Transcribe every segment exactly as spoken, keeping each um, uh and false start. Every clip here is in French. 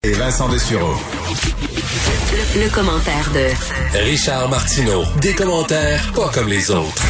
Et Vincent Dessureau. Le, le commentaire de Richard Martineau. Des commentaires pas comme les autres.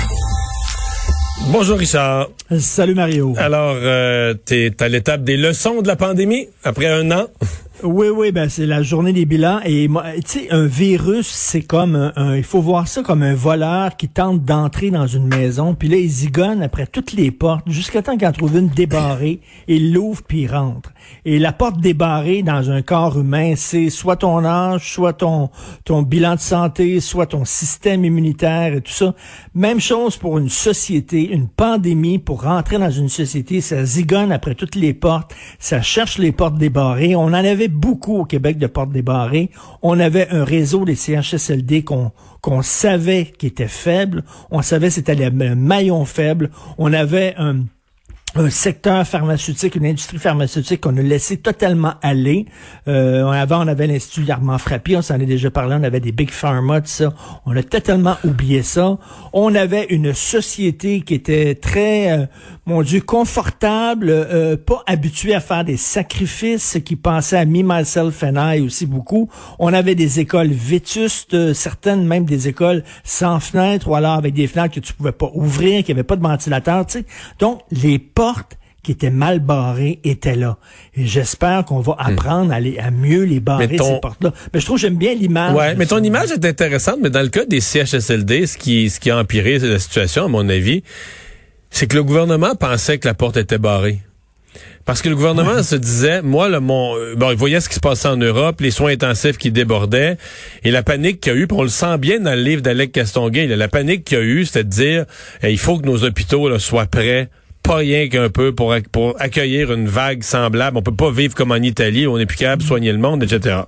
Bonjour Richard. Salut Mario. Alors, euh, t'es à l'étape des leçons de la pandémie après un an. Oui, oui, ben c'est la journée des bilans. Et tu sais, un virus, c'est comme un, un, il faut voir ça comme un voleur qui tente d'entrer dans une maison, puis là, il zigonne après toutes les portes, jusqu'à temps qu'il en trouve une débarrée, il l'ouvre puis il rentre. Et la porte débarrée dans un corps humain, c'est soit ton âge, soit ton ton bilan de santé, soit ton système immunitaire et tout ça. Même chose pour une société, une pandémie, pour rentrer dans une société, ça zigonne après toutes les portes, ça cherche les portes débarrées. On en avait beaucoup au Québec de portes débarrées. On avait un réseau des C H S L D qu'on qu'on savait qui était faible. On savait que c'était le maillon faible. On avait un un secteur pharmaceutique, une industrie pharmaceutique qu'on a laissé totalement aller. Euh, avant, on avait l'Institut Armand Frappé, on s'en est déjà parlé, on avait des Big Pharma, tout ça. On a totalement oublié ça. On avait une société qui était très, euh, mon Dieu, confortable, euh, pas habituée à faire des sacrifices, qui pensait à me, myself and I aussi beaucoup. On avait des écoles vétustes, certaines même des écoles sans fenêtres, ou alors avec des fenêtres que tu pouvais pas ouvrir, qui avait pas de ventilateur, tu sais. Donc, les portes qui étaient mal barrées étaient là. Et j'espère qu'on va apprendre à, les, à mieux les barrer, ton... ces portes-là. Mais je trouve que j'aime bien l'image. Ouais, mais ton image est intéressante, mais dans le cas des C H S L D, ce qui, ce qui a empiré la situation, à mon avis, c'est que le gouvernement pensait que la porte était barrée. Parce que le gouvernement ouais. se disait, moi, le, mon, bon, il voyait ce qui se passait en Europe, les soins intensifs qui débordaient, et la panique qu'il y a eu, puis on le sent bien dans le livre d'Alec Castonguay, là, la panique qu'il y a eu, c'était de dire, eh, il faut que nos hôpitaux là, soient prêts, pas rien qu'un peu pour, pour accueillir une vague semblable. On peut pas vivre comme en Italie, où on est plus capable de soigner le monde, et cetera.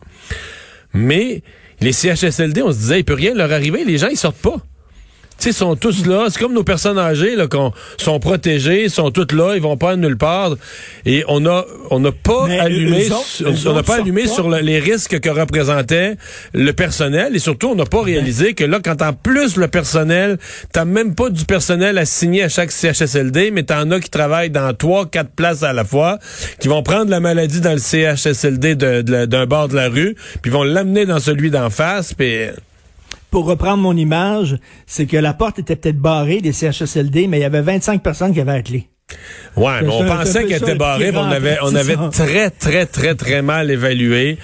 Mais les C H S L D, on se disait, il peut rien leur arriver, les gens, ils sortent pas. Tu sais, sont tous là. C'est comme nos personnes âgées, là, qu'on sont protégées, sont toutes là, ils vont pas nulle part. Et on a, on n'a pas Mais allumé, autres, on n'a pas allumé pas. sur le, les risques que représentait le personnel. Et surtout, on n'a pas réalisé que là, quand en plus le personnel, t'as même pas du personnel assigné à chaque C H S L D, mais t'en as qui travaillent dans trois, quatre places à la fois, qui vont prendre la maladie dans le C H S L D de, de, d'un bord de la rue, puis vont l'amener dans celui d'en face, puis... Pour reprendre mon image, c'est que la porte était peut-être barrée des C H S L D, mais il y avait vingt-cinq personnes qui avaient la clé. Ouais, mais on pensait qu'elle était barrée, mais on avait, on avait très, très, très, très mal évalué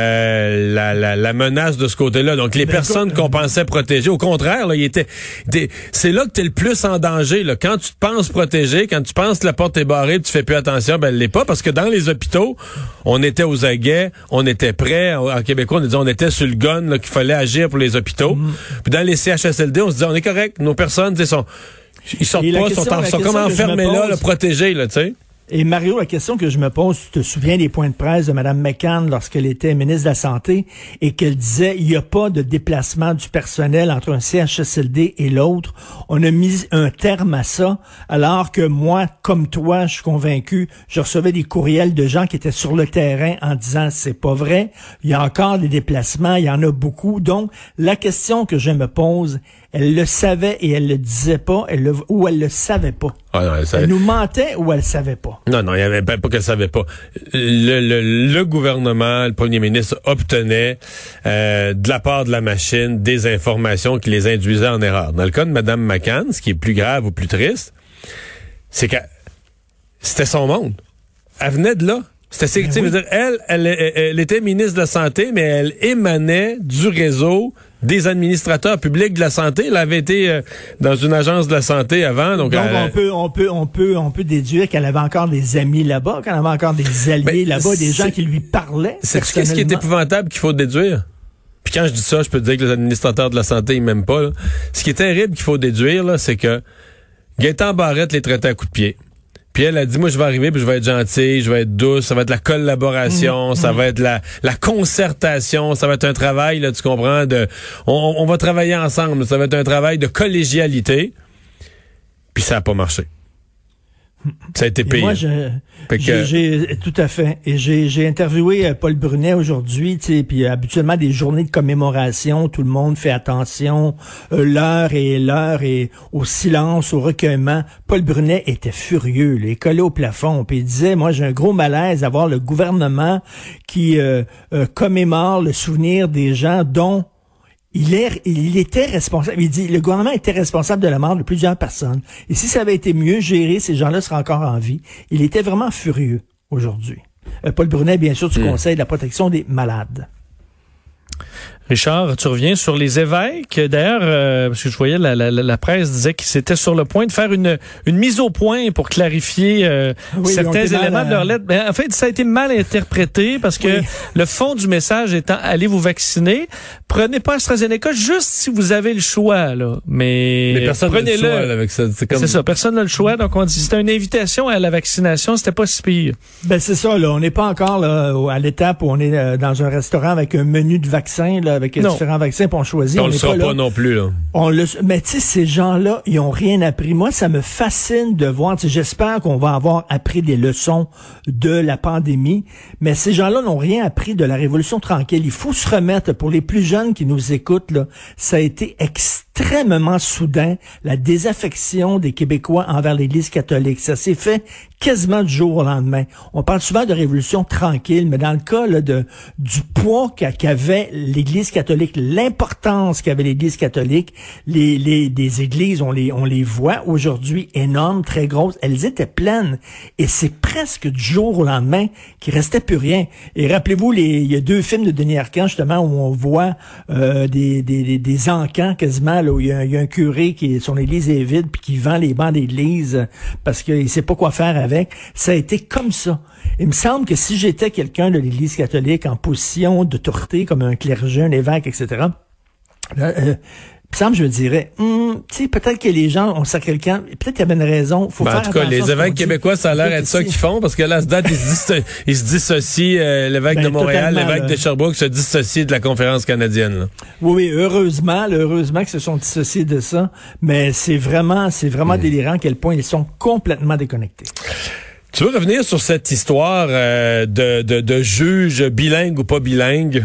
euh, la, la, la menace de ce côté-là. Donc, les ben, personnes qu'on pensait protéger, au contraire, là, il était, des, c'est là que t'es le plus en danger. Là. Quand tu te penses protégé, quand tu penses que la porte est barrée, tu fais plus attention, ben elle l'est pas, parce que dans les hôpitaux, on était aux aguets, on était prêts. En québécois, on disait, on était sur le gun, là, qu'il fallait agir pour les hôpitaux. Mm. Puis dans les C H S L D, on se disait, on est correct, nos personnes, tu sais, sont Ils sortent pas, question, sont, en, sont comme enfermés là, là, protégés, là, tu sais. Et Mario, la question que je me pose, tu te souviens des points de presse de Mme McCann lorsqu'elle était ministre de la Santé et qu'elle disait il n'y a pas de déplacement du personnel entre un C H S L D et l'autre. On a mis un terme à ça, alors que moi, comme toi, je suis convaincu, je recevais des courriels de gens qui étaient sur le terrain en disant c'est pas vrai, il y a encore des déplacements, il y en a beaucoup. Donc, la question que je me pose, elle le savait et elle le disait pas, elle le, ou elle le savait pas. Ah non, elle, savait... elle nous mentait ou elle savait pas. Non, non, il y avait pas, pas qu'elle savait pas. Le, le, le gouvernement, le premier ministre obtenait euh, de la part de la machine des informations qui les induisaient en erreur. Dans le cas de Mme McCann, ce qui est plus grave ou plus triste, c'est que c'était son monde. Elle venait de là. C'était, ben oui. dire, elle, elle, elle, elle était ministre de la Santé, mais elle émanait du réseau des administrateurs publics de la santé. Elle avait été euh, dans une agence de la santé avant. Donc, donc elle, on peut on peut on peut on peut déduire qu'elle avait encore des amis là-bas, qu'elle avait encore des alliés ben, là-bas, des gens qui lui parlaient. C'est ce qui est épouvantable qu'il faut déduire. Puis quand je dis ça, je peux te dire que les administrateurs de la santé ils m'aiment pas. Là. Ce qui est terrible qu'il faut déduire, là, c'est que Gaétan Barrette les traitait à coups de pied. Puis elle a dit, moi, je vais arriver, puis je vais être gentille, je vais être douce, ça va être la collaboration, mmh, ça mmh. va être la, la concertation, ça va être un travail, là, tu comprends, de, on, on va travailler ensemble, ça va être un travail de collégialité. Puis ça a pas marché. Ça a été payé. Moi, je, que... j'ai, j'ai, tout à fait. Et j'ai, j'ai interviewé Paul Brunet aujourd'hui, tu sais, puis habituellement des journées de commémoration, tout le monde fait attention, euh, l'heure et l'heure et au silence, au recueillement. Paul Brunet était furieux, là, il collait au plafond, puis il disait, moi, j'ai un gros malaise à voir le gouvernement qui euh, euh, commémore le souvenir des gens dont Il, est, il était responsable. Il dit, le gouvernement était responsable de la mort de plusieurs personnes. Et si ça avait été mieux géré, ces gens-là seraient encore en vie. Il était vraiment furieux aujourd'hui. Euh, Paul Brunet, bien sûr, du mmh. Conseil de la protection des malades. Richard, tu reviens sur les évêques. D'ailleurs, euh, parce que je voyais la, la, la presse disait qu'ils étaient sur le point de faire une, une mise au point pour clarifier euh, oui, certains éléments à... de leur lettre. Mais en fait, ça a été mal interprété parce que oui. le fond du message étant « Allez vous vacciner, prenez pas AstraZeneca juste si vous avez le choix. » là. Mais, Mais personne n'a le choix là, avec ça. C'est, comme... c'est ça, personne n'a le choix. Donc, on dit c'était une invitation à la vaccination, c'était pas si pire. Ben c'est ça, là. On n'est pas encore là, à l'étape où on est dans un restaurant avec un menu de vaccins, là, avec non. différents vaccins, puis on choisit. On, on le sera pas, pas non plus, là. On le, mais tu sais, ces gens-là, ils ont rien appris. Moi, ça me fascine de voir, tu sais, j'espère qu'on va avoir appris des leçons de la pandémie, mais ces gens-là n'ont rien appris de la Révolution tranquille. Il faut se remettre, pour les plus jeunes qui nous écoutent, là, ça a été extrêmement soudain, la désaffection des Québécois envers l'Église catholique. Ça s'est fait quasiment du jour au lendemain. On parle souvent de Révolution tranquille, mais dans le cas là, de du poids qu'avait l'Église catholique, l'importance qu'avait l'Église catholique, les, les des églises, on les on les voit aujourd'hui énormes, très grosses, elles étaient pleines. Et c'est presque du jour au lendemain qu'il restait plus rien. Et rappelez-vous, les il y a deux films de Denis Arcand, justement, où on voit euh, des, des, des, des encans quasiment, là, où il y, a, il y a un curé qui, son église est vide, puis qui vend les bancs d'église parce qu'il sait pas quoi faire avec. Ça a été comme ça. Il me semble que si j'étais quelqu'un de l'Église catholique en position d'autorité, comme un clergé, un évêque, et cetera, euh, il me semble, je me dirais, hum, tu sais, peut-être que les gens ont ça quelqu'un, peut-être qu'il y avait une raison. Faut ben, faire en tout cas, les évêques québécois, ça a l'air être ça qu'ils font, parce que là, à ce date, ils se, dis, ils se dissocient, euh, l'évêque ben, de Montréal, l'évêque là. de Sherbrooke se dissocient de la conférence canadienne. Là. Oui, oui, heureusement, là, heureusement qu'ils se sont dissociés de ça, mais c'est vraiment, c'est vraiment mmh. délirant à quel point ils sont complètement déconnectés. Tu veux revenir sur cette histoire euh, de, de, de juge bilingue ou pas bilingue?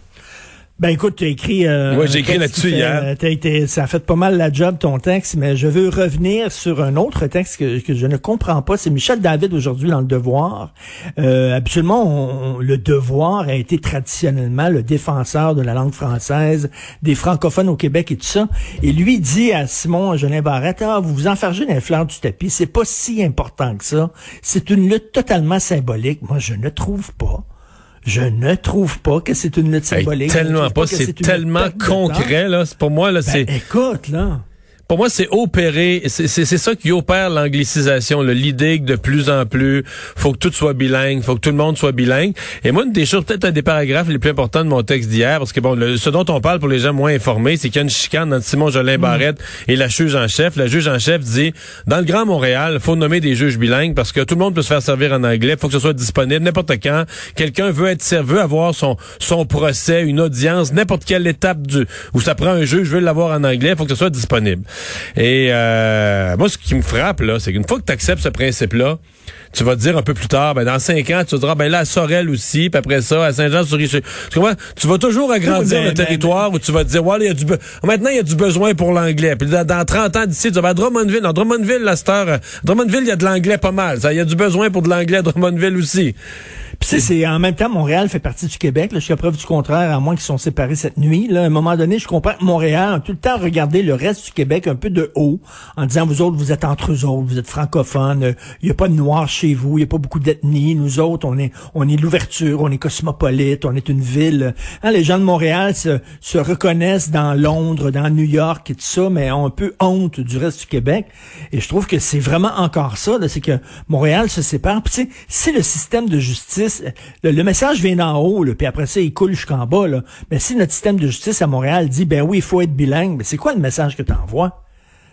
Ben écoute, tu as écrit... Euh, Moi, j'ai écrit là-dessus fait, hier. T'as été, ça a fait pas mal la job, ton texte, mais je veux revenir sur un autre texte que, que je ne comprends pas. C'est Michel David, aujourd'hui, dans Le Devoir. Euh, habituellement, on, on, Le Devoir a été traditionnellement le défenseur de la langue française, des francophones au Québec et tout ça. Et lui dit à Simon Jolin Barrette, ah, vous vous enfargez dans les fleurs du tapis, c'est pas si important que ça. C'est une lutte totalement symbolique. Moi, je ne trouve pas. Je ne trouve pas que c'est une lutte symbolique. Hey, tellement pas, pas c'est, c'est tellement concret, là. Pour moi, là, ben, c'est... écoute, là... Pour moi, c'est opérer, c'est, c'est, c'est ça qui opère l'anglicisation, là. L'idée que de plus en plus, faut que tout soit bilingue, faut que tout le monde soit bilingue. Et moi, une des choses, peut-être un des paragraphes les plus importants de mon texte d'hier, parce que bon, le, ce dont on parle pour les gens moins informés, c'est qu'il y a une chicane entre Simon Jolin Barrette mmh. et la juge en chef. La juge en chef dit, dans le Grand Montréal, il faut nommer des juges bilingues parce que tout le monde peut se faire servir en anglais, faut que ce soit disponible n'importe quand. Quelqu'un veut être veut avoir son son procès, une audience, n'importe quelle étape du où ça prend un juge, veut l'avoir en anglais, faut que ce soit disponible. Et euh, moi, ce qui me frappe, là, c'est qu'une fois que tu acceptes ce principe-là, tu vas te dire un peu plus tard, ben dans cinq ans, tu vas te dire, ben là, à Sorel aussi, puis après ça, à Saint-Jean-sur-Richelieu. Tu comprends? Tu vas toujours agrandir le territoire où tu vas te dire, ouais, il y a du be- maintenant, il y a du besoin pour l'anglais. Puis dans, dans trente ans d'ici, tu vas ben, à Drummondville. Dans Drummondville, la star, Drummondville, il y a de l'anglais pas mal. Il y a du besoin pour de l'anglais à Drummondville aussi. Puis c'est, c'est en même temps, Montréal fait partie du Québec, là, jusqu'à preuve du contraire, à moins qu'ils sont séparés cette nuit. Là, à un moment donné, je comprends que Montréal a tout le temps regardé le reste du Québec un peu de haut, en disant, vous autres, vous êtes entre eux autres, vous êtes francophones, il n'y a pas de noirs chez vous, il n'y a pas beaucoup d'ethnie. Nous autres, on est on est l'ouverture, on est cosmopolite, on est une ville. Hein, les gens de Montréal se, se reconnaissent dans Londres, dans New York et tout ça, mais ont un peu honte du reste du Québec. Et je trouve que c'est vraiment encore ça, là, c'est que Montréal se sépare. Puis tu sais, c'est le système de justice. Le, le message vient d'en haut, là, puis après ça, il coule jusqu'en bas. Là. Mais si notre système de justice à Montréal dit, ben oui, il faut être bilingue, ben c'est quoi le message que tu envoies?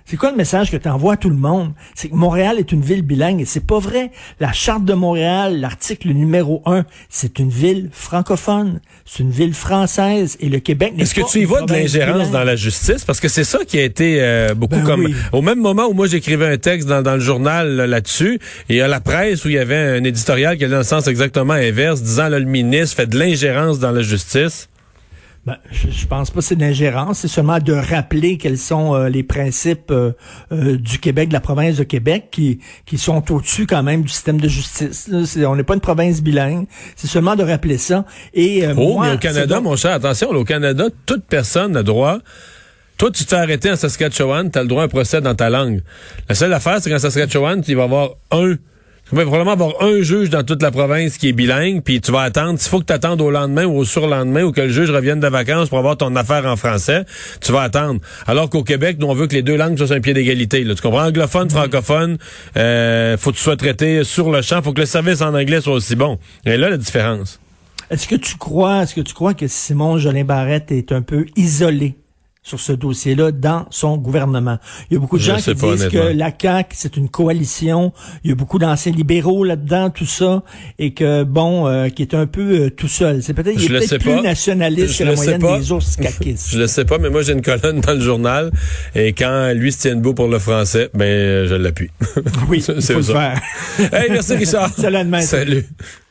C'est quoi le message que tu envoies à tout le monde? C'est que Montréal est une ville bilingue et c'est pas vrai. La Charte de Montréal, l'article numéro un, c'est une ville francophone. C'est une ville française et le Québec n'est pas... Est-ce que tu y vois de l'ingérence dans la justice? Parce que c'est ça qui a été euh, beaucoup ben comme... oui. Au même moment où moi j'écrivais un texte dans, dans le journal là, là-dessus, et il y a la presse où il y avait un éditorial qui allait dans le sens exactement inverse, disant là, le ministre fait de l'ingérence dans la justice. Ben, je, je pense pas que c'est de l'ingérence, c'est seulement de rappeler quels sont euh, les principes euh, euh, du Québec, de la province de Québec, qui qui sont au-dessus quand même du système de justice. Là, c'est, on n'est pas une province bilingue, c'est seulement de rappeler ça. Et euh, oh, moi, mais au Canada, donc... mon cher, attention, là, au Canada, toute personne a droit... Toi, tu te fais arrêter en Saskatchewan, tu as le droit à un procès dans ta langue. La seule affaire, c'est qu'en Saskatchewan, tu vas avoir un... Tu vas probablement avoir un juge dans toute la province qui est bilingue, puis tu vas attendre. S'il faut que tu attendes au lendemain ou au surlendemain ou que le juge revienne de vacances pour avoir ton affaire en français, tu vas attendre. Alors qu'au Québec, nous, on veut que les deux langues soient sur un pied d'égalité. Là. Tu comprends? Anglophone, francophone, euh, faut que tu sois traité sur le champ, faut que le service en anglais soit aussi bon. Et là, la différence. Est-ce que tu crois, est-ce que tu crois que Simon Jolin Barrette est un peu isolé sur ce dossier-là dans son gouvernement? Il y a beaucoup de Je gens qui pas, disent honnêtement. que la C A Q, c'est une coalition. Il y a beaucoup d'anciens libéraux là-dedans, tout ça, et que, bon, euh, qui est un peu euh, tout seul. C'est peut-être, il est peut-être plus pas. nationaliste Je que la le sais moyenne pas. des autres caquistes. Je le sais pas, mais moi, j'ai une colonne dans le journal, et quand lui se tient debout pour le français, ben, je l'appuie. Oui, c'est il faut ça. le faire. Hey, merci Richard. Salut. Salut.